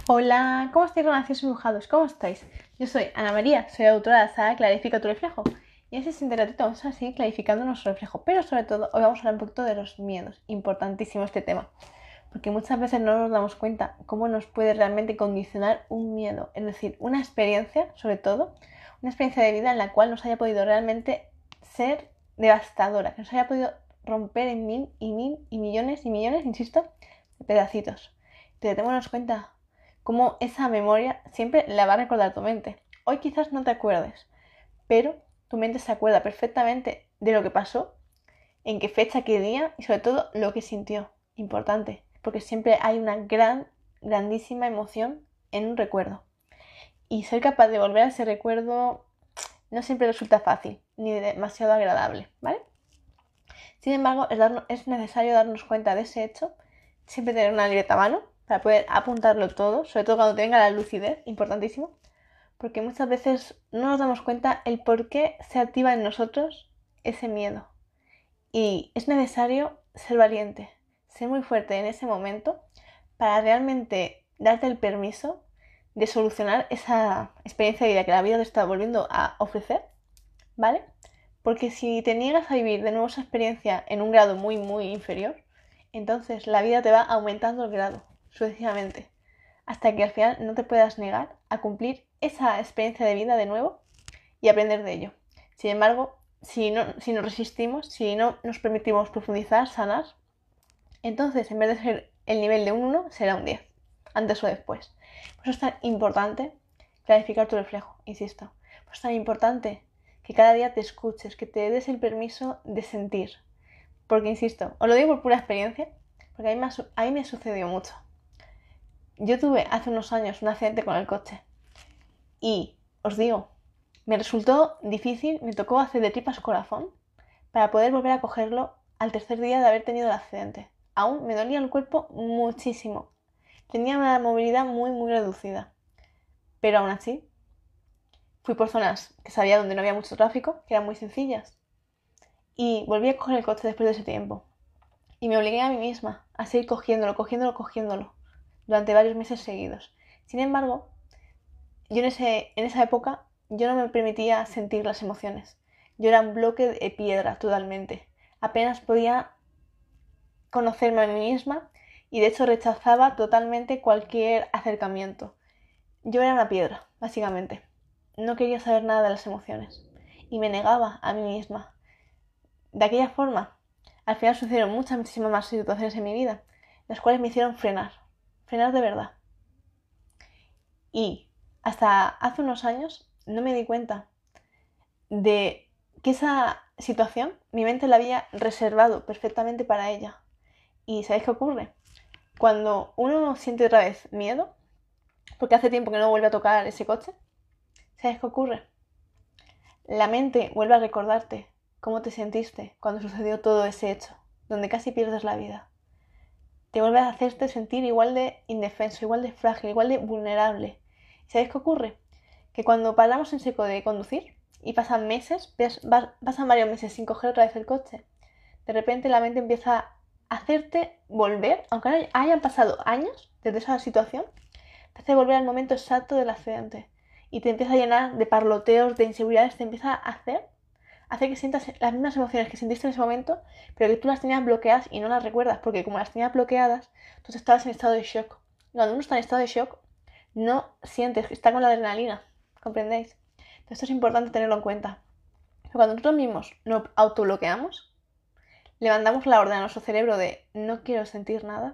Hola, ¿cómo estáis, renacidos y dibujados? ¿Cómo estáis? Yo soy Ana María, soy autora de la saga Clarifica tu reflejo. Y en este siguiente ratito vamos a seguir clarificando nuestro reflejo. Pero sobre todo, hoy vamos a hablar un poquito de los miedos. Importantísimo este tema. Porque muchas veces no nos damos cuenta cómo nos puede realmente condicionar un miedo. Es decir, una experiencia, sobre todo, una experiencia de vida en la cual nos haya podido realmente ser devastadora. Que nos haya podido romper en mil y millones, insisto, de pedacitos. Pero démonos cuenta cómo esa memoria siempre la va a recordar tu mente. Hoy quizás no te acuerdes, pero tu mente se acuerda perfectamente de lo que pasó, en qué fecha, qué día y sobre todo lo que sintió. Importante, porque siempre hay una grandísima emoción en un recuerdo. Y ser capaz de volver a ese recuerdo no siempre resulta fácil ni demasiado agradable, ¿vale? Sin embargo, es necesario darnos cuenta de ese hecho, siempre tener una libreta a mano para poder apuntarlo todo, sobre todo cuando tenga la lucidez, importantísimo, porque muchas veces no nos damos cuenta el por qué se activa en nosotros ese miedo. Y es necesario ser valiente, ser muy fuerte en ese momento para realmente darte el permiso de solucionar esa experiencia de vida que la vida te está volviendo a ofrecer, ¿vale? Porque si te niegas a vivir de nuevo esa experiencia en un grado muy inferior, entonces la vida te va aumentando el grado sucesivamente, hasta que al final no te puedas negar a cumplir esa experiencia de vida de nuevo y aprender de ello. Sin embargo, si nos resistimos, si no nos permitimos profundizar, sanar, entonces en vez de ser el nivel de un 1, será un 10, antes o después. Por eso es tan importante clarificar tu reflejo, insisto. Por eso es tan importante que cada día te escuches, que te des el permiso de sentir. Porque, insisto, os lo digo por pura experiencia, porque a mí me sucedió mucho. Yo tuve hace unos años un accidente con el coche y, os digo, me resultó difícil, me tocó hacer de tripas corazón para poder volver a cogerlo al tercer día de haber tenido el accidente. Aún me dolía el cuerpo muchísimo. Tenía una movilidad muy reducida. Pero aún así, fui por zonas que sabía donde no había mucho tráfico, que eran muy sencillas. Y volví a coger el coche después de ese tiempo. Y me obligué a mí misma a seguir cogiéndolo, durante varios meses seguidos. Sin embargo, yo en esa época, yo no me permitía sentir las emociones. Yo era un bloque de piedra totalmente. Apenas podía conocerme a mí misma y de hecho rechazaba totalmente cualquier acercamiento. Yo era una piedra, básicamente. No quería saber nada de las emociones y me negaba a mí misma. De aquella forma, al final sucedieron muchísimas más situaciones en mi vida, las cuales me hicieron frenar de verdad. Y hasta hace unos años no me di cuenta de que esa situación mi mente la había reservado perfectamente para ella. ¿Y sabéis qué ocurre? Cuando uno siente otra vez miedo, porque hace tiempo que no vuelve a tocar ese coche, ¿sabes qué ocurre? La mente vuelve a recordarte cómo te sentiste cuando sucedió todo ese hecho, donde casi pierdes la vida. Te vuelve a hacerte sentir igual de indefenso, igual de frágil, igual de vulnerable. ¿Sabéis qué ocurre? Que cuando paramos en seco de conducir y pasan meses, pasan varios meses sin coger otra vez el coche, de repente la mente empieza a hacerte volver, aunque hayan pasado años desde esa situación, te hace volver al momento exacto del accidente y te empieza a llenar de parloteos, de inseguridades, te empieza a hacer que sientas las mismas emociones que sentiste en ese momento, pero que tú las tenías bloqueadas y no las recuerdas, porque como las tenías bloqueadas, tú estabas en estado de shock. Y cuando uno está en estado de shock, no sientes que está con la adrenalina, ¿comprendéis? Entonces esto es importante tenerlo en cuenta. Pero cuando nosotros mismos nos autobloqueamos, le mandamos la orden a nuestro cerebro de no quiero sentir nada,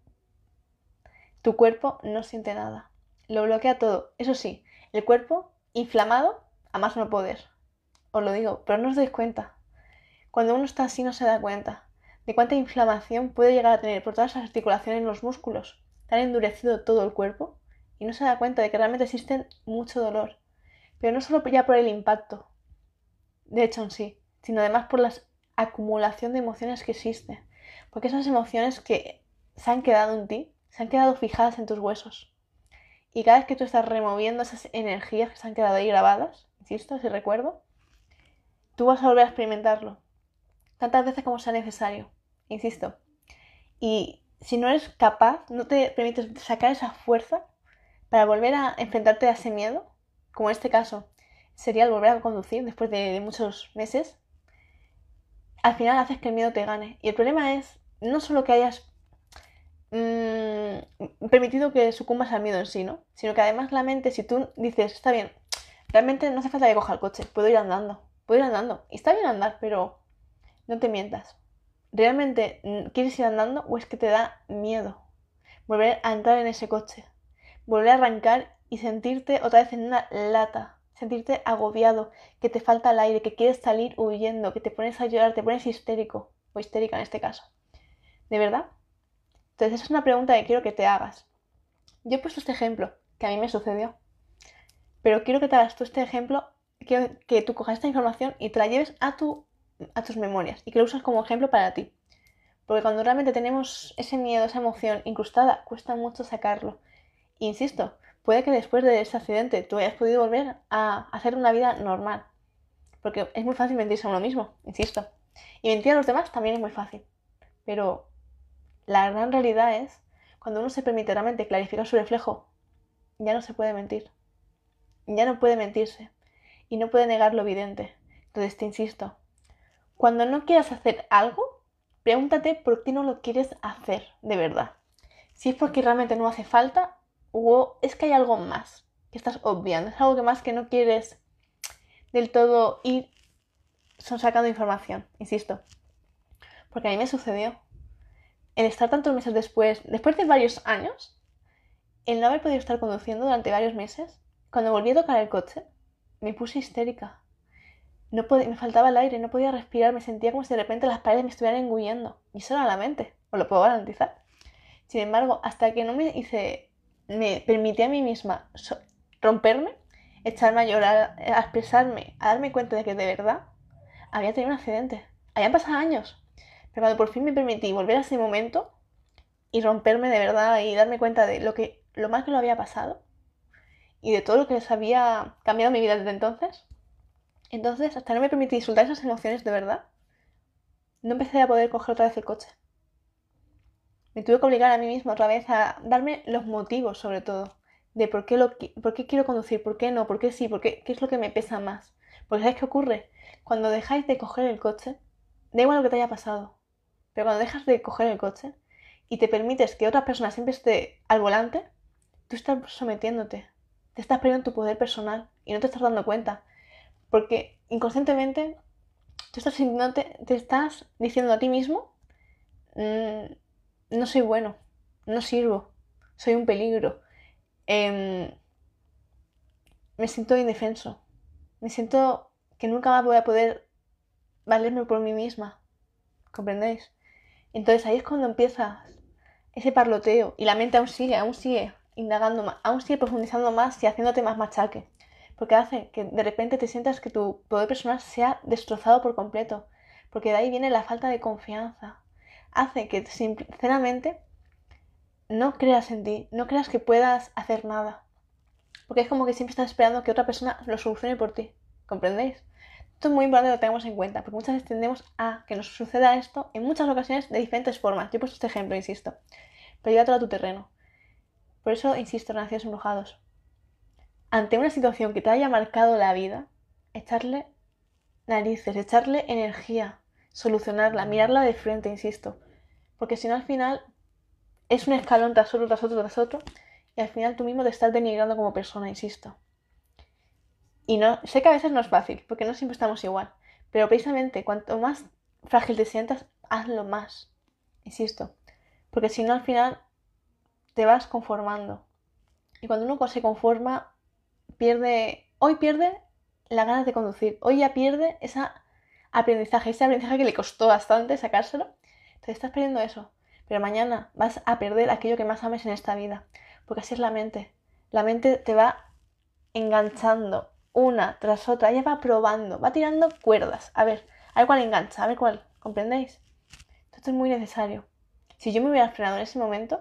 tu cuerpo no siente nada. Lo bloquea todo. Eso sí, el cuerpo inflamado a más no poder. Os lo digo, pero no os dais cuenta. Cuando uno está así no se da cuenta de cuánta inflamación puede llegar a tener por todas las articulaciones en los músculos. Tan endurecido todo el cuerpo y no se da cuenta de que realmente existe mucho dolor. Pero no solo ya por el impacto, de hecho en sí, sino además por la acumulación de emociones que existe. Porque esas emociones que se han quedado en ti, se han quedado fijadas en tus huesos. Y cada vez que tú estás removiendo esas energías que se han quedado ahí grabadas, insisto, ese recuerdo, tú vas a volver a experimentarlo tantas veces como sea necesario, insisto. Y si no eres capaz, no te permites sacar esa fuerza, para volver a enfrentarte a ese miedo, como en este caso sería el volver a conducir después de muchos meses, al final haces que el miedo te gane. Y el problema es no solo que hayas permitido que sucumbas al miedo en sí, ¿no? Sino que además la mente, si tú dices, está bien, realmente no hace falta que coja el coche, puedo ir andando. Y está bien andar, pero no te mientas. ¿Realmente quieres ir andando o es que te da miedo volver a entrar en ese coche? Volver a arrancar y sentirte otra vez en una lata, sentirte agobiado, que te falta el aire, que quieres salir huyendo, que te pones a llorar, te pones histérico o histérica en este caso. ¿De verdad? Entonces esa es una pregunta que quiero que te hagas. Yo he puesto este ejemplo, que a mí me sucedió, pero quiero que te hagas tú este ejemplo, quiero que tú cojas esta información y te la lleves a tus memorias y que lo uses como ejemplo para ti. Porque cuando realmente tenemos ese miedo, esa emoción incrustada, cuesta mucho sacarlo. Insisto, puede que después de ese accidente tú hayas podido volver a hacer una vida normal. Porque es muy fácil mentirse a uno mismo, insisto. Y mentir a los demás también es muy fácil. Pero la gran realidad es, cuando uno se permite realmente clarificar su reflejo, ya no se puede mentir. Ya no puede mentirse. Y no puede negar lo evidente. Entonces te insisto, cuando no quieras hacer algo, pregúntate por qué no lo quieres hacer de verdad. Si es porque realmente no hace falta o es que hay algo más que estás obviando, es algo que más que no quieres del todo ir sacando información, insisto. Porque a mí me sucedió. El estar tantos meses después de varios años, el no haber podido estar conduciendo durante varios meses, cuando volví a tocar el coche, me puse histérica. Me faltaba el aire, no podía respirar, me sentía como si de repente las paredes me estuvieran engullendo. Y eso era la mente, os lo puedo garantizar. Sin embargo, hasta que no me permití a mí misma romperme, echarme a llorar, a expresarme, a darme cuenta de que de verdad había tenido un accidente. Habían pasado años. Pero cuando por fin me permití volver a ese momento y romperme de verdad y darme cuenta de lo mal que lo había pasado y de todo lo que les había cambiado mi vida desde entonces hasta no me permití soltar esas emociones de verdad, no empecé a poder coger otra vez el coche. Me tuve que obligar a mí misma otra vez a darme los motivos, sobre todo, de por qué quiero conducir, por qué no, por qué sí, qué es lo que me pesa más. Porque ¿sabes qué ocurre? Cuando dejáis de coger el coche, da igual lo que te haya pasado, pero cuando dejas de coger el coche y te permites que otra persona siempre esté al volante, tú estás sometiéndote, te estás perdiendo tu poder personal y no te estás dando cuenta. Porque inconscientemente tú estás te estás diciendo a ti mismo, no soy bueno, no sirvo, soy un peligro, em, me siento indefenso, me siento que nunca más voy a poder valerme por mí misma, ¿comprendéis? Entonces ahí es cuando empieza ese parloteo y la mente aún sigue indagando más, aún sigue profundizando más y haciéndote más machaque, porque hace que de repente te sientas que tu poder personal sea destrozado por completo, porque de ahí viene la falta de confianza, hace que sinceramente no creas en ti, no creas que puedas hacer nada. Porque es como que siempre estás esperando que otra persona lo solucione por ti. ¿Comprendéis? Esto es muy importante que lo tengamos en cuenta, porque muchas veces tendemos a que nos suceda esto en muchas ocasiones de diferentes formas. Yo he puesto este ejemplo, insisto. Pero llévatelo a tu terreno. Por eso insisto en Nacidos Embrujados. Ante una situación que te haya marcado la vida, echarle narices, echarle energía, solucionarla, mirarla de frente, insisto. Porque si no al final es un escalón tras otro, tras otro, tras otro, y al final tú mismo te estás denigrando como persona, insisto. Y no, sé que a veces no es fácil, porque no siempre estamos igual, pero precisamente cuanto más frágil te sientas, hazlo más, insisto, porque si no al final te vas conformando. Y cuando uno se conforma, hoy pierde las ganas de conducir, hoy ya pierde ese aprendizaje que le costó bastante sacárselo, te estás perdiendo eso. Pero mañana vas a perder aquello que más ames en esta vida. Porque así es la mente. La mente te va enganchando una tras otra. Ella va probando, va tirando cuerdas. A ver cuál engancha, a ver cuál. ¿Comprendéis? Esto es muy necesario. Si yo me hubiera frenado en ese momento,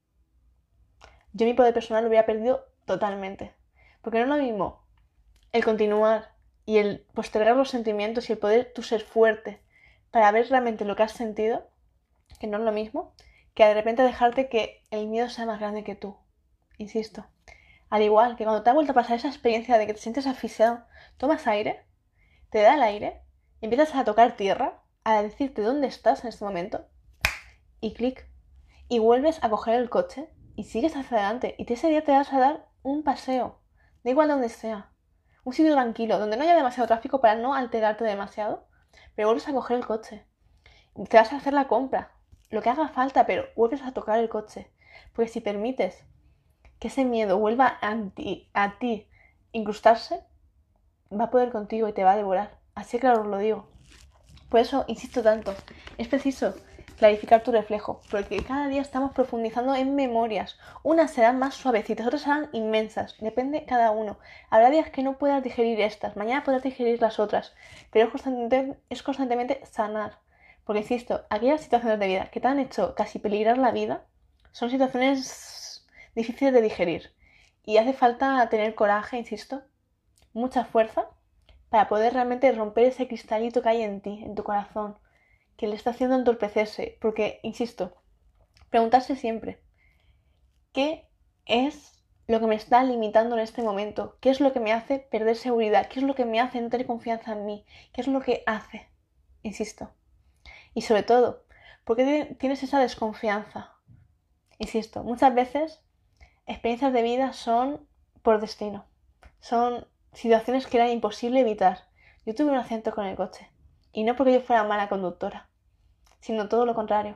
yo mi poder personal lo hubiera perdido totalmente. Porque no es lo mismo el continuar y el postergar los sentimientos y el poder tú ser fuerte para ver realmente lo que has sentido, que no es lo mismo, que de repente dejarte que el miedo sea más grande que tú. Insisto. Al igual que cuando te ha vuelto a pasar esa experiencia de que te sientes asfixiado, tomas aire, te da el aire, empiezas a tocar tierra, a decirte dónde estás en este momento, y clic. Y vuelves a coger el coche y sigues hacia adelante. Y ese día te vas a dar un paseo, da igual donde sea. Un sitio tranquilo, donde no haya demasiado tráfico para no alterarte demasiado, pero vuelves a coger el coche. Te vas a hacer la compra, lo que haga falta, pero vuelves a tocar el coche. Porque si permites que ese miedo vuelva a ti incrustarse, va a poder contigo y te va a devorar. Así que claro os lo digo. Por eso insisto tanto, es preciso clarificar tu reflejo, porque cada día estamos profundizando en memorias. Unas serán más suavecitas, otras serán inmensas, depende cada uno. Habrá días que no puedas digerir estas, mañana podrás digerir las otras, pero es constantemente sanar. Porque insisto, aquellas situaciones de vida que te han hecho casi peligrar la vida son situaciones difíciles de digerir. Y hace falta tener coraje, insisto, mucha fuerza para poder realmente romper ese cristalito que hay en ti, en tu corazón, que le está haciendo entorpecerse. Porque, insisto, preguntarse siempre, ¿qué es lo que me está limitando en este momento? ¿Qué es lo que me hace perder seguridad? ¿Qué es lo que me hace no tener confianza en mí? ¿Qué es lo que hace? Insisto. Y sobre todo, ¿por qué tienes esa desconfianza? Insisto, muchas veces experiencias de vida son por destino. Son situaciones que era imposible evitar. Yo tuve un accidente con el coche. Y no porque yo fuera mala conductora, sino todo lo contrario.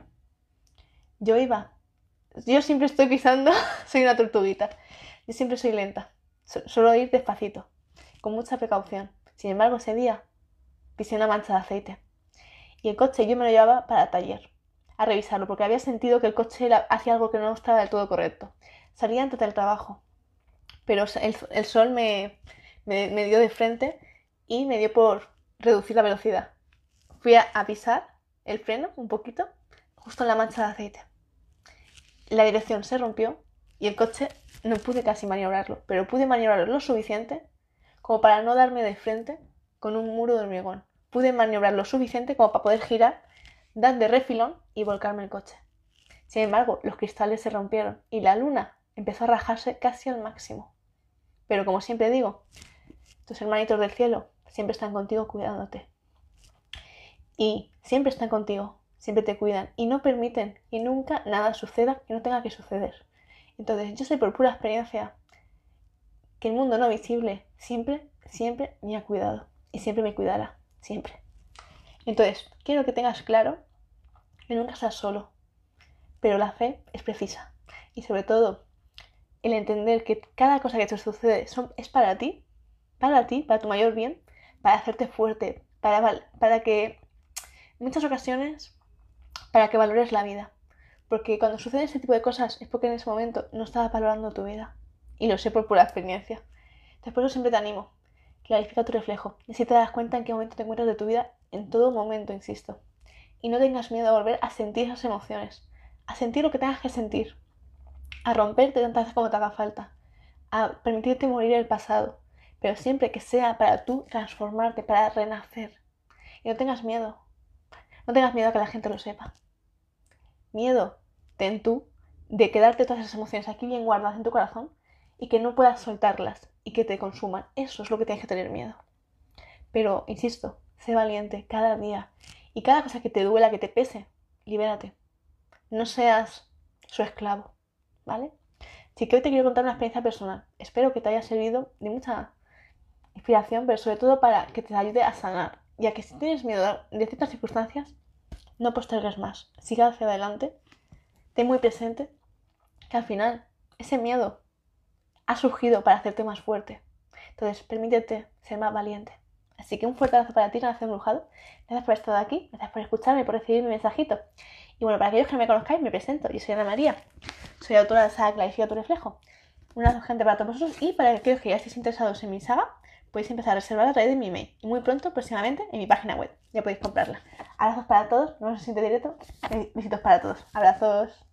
Yo siempre estoy pisando, soy una tortuguita. Yo siempre soy lenta. Suelo ir despacito, con mucha precaución. Sin embargo, ese día pisé una mancha de aceite. Y el coche yo me lo llevaba para el taller, a revisarlo, porque había sentido que el coche hacía algo que no estaba del todo correcto. Salía antes del trabajo, pero el sol me dio de frente y me dio por reducir la velocidad. Fui a pisar el freno un poquito, justo en la mancha de aceite. La dirección se rompió y el coche no pude casi maniobrarlo, pero pude maniobrarlo lo suficiente como para no darme de frente con un muro de hormigón. Pude maniobrar lo suficiente como para poder girar, dar de refilón y volcarme el coche. Sin embargo, los cristales se rompieron y la luna empezó a rajarse casi al máximo. Pero como siempre digo, tus hermanitos del cielo siempre están contigo cuidándote. Y siempre están contigo, siempre te cuidan y no permiten que nunca nada suceda que no tenga que suceder. Entonces, yo sé por pura experiencia que el mundo no visible siempre me ha cuidado y siempre me cuidará, siempre. Entonces, quiero que tengas claro que nunca estás solo, pero la fe es precisa. Y sobre todo, el entender que cada cosa que te sucede es para ti, para tu mayor bien, para hacerte fuerte, para que, en muchas ocasiones, para que valores la vida. Porque cuando suceden este tipo de cosas es porque en ese momento no estabas valorando tu vida. Y lo sé por pura experiencia. Entonces por eso siempre te animo. Clarifica tu reflejo. Y así te das cuenta en qué momento te encuentras de tu vida, en todo momento, insisto. Y no tengas miedo a volver a sentir esas emociones. A sentir lo que tengas que sentir. A romperte tantas veces como te haga falta. A permitirte morir el pasado. Pero siempre que sea para tú transformarte, para renacer. Y no tengas miedo. No tengas miedo a que la gente lo sepa. Miedo ten tú de quedarte todas esas emociones aquí bien guardadas en tu corazón y que no puedas soltarlas y que te consuman. Eso es lo que tienes que tener miedo. Pero, insisto, sé valiente cada día y cada cosa que te duela, que te pese, libérate. No seas su esclavo, ¿vale? Así que hoy te quiero contar una experiencia personal. Espero que te haya servido de mucha inspiración, pero sobre todo para que te ayude a sanar. Ya que si tienes miedo de ciertas circunstancias, no postergues más. Sigue hacia adelante. Ten muy presente que al final ese miedo ha surgido para hacerte más fuerte. Entonces, permítete ser más valiente. Así que un fuerte abrazo para ti, Nación Brujado. Gracias por estar aquí, gracias por escucharme, por recibir mi mensajito. Y bueno, para aquellos que no me conozcáis, me presento. Yo soy Ana María. Soy autora de la saga Clarifica tu reflejo. Un abrazo gente para todos vosotros. Y para aquellos que ya estéis interesados en mi saga, podéis empezar a reservar a través de mi email. Y muy pronto, próximamente, en mi página web. Ya podéis comprarla. Abrazos para todos. Nos vemos en el siguiente directo. Besitos para todos. Abrazos.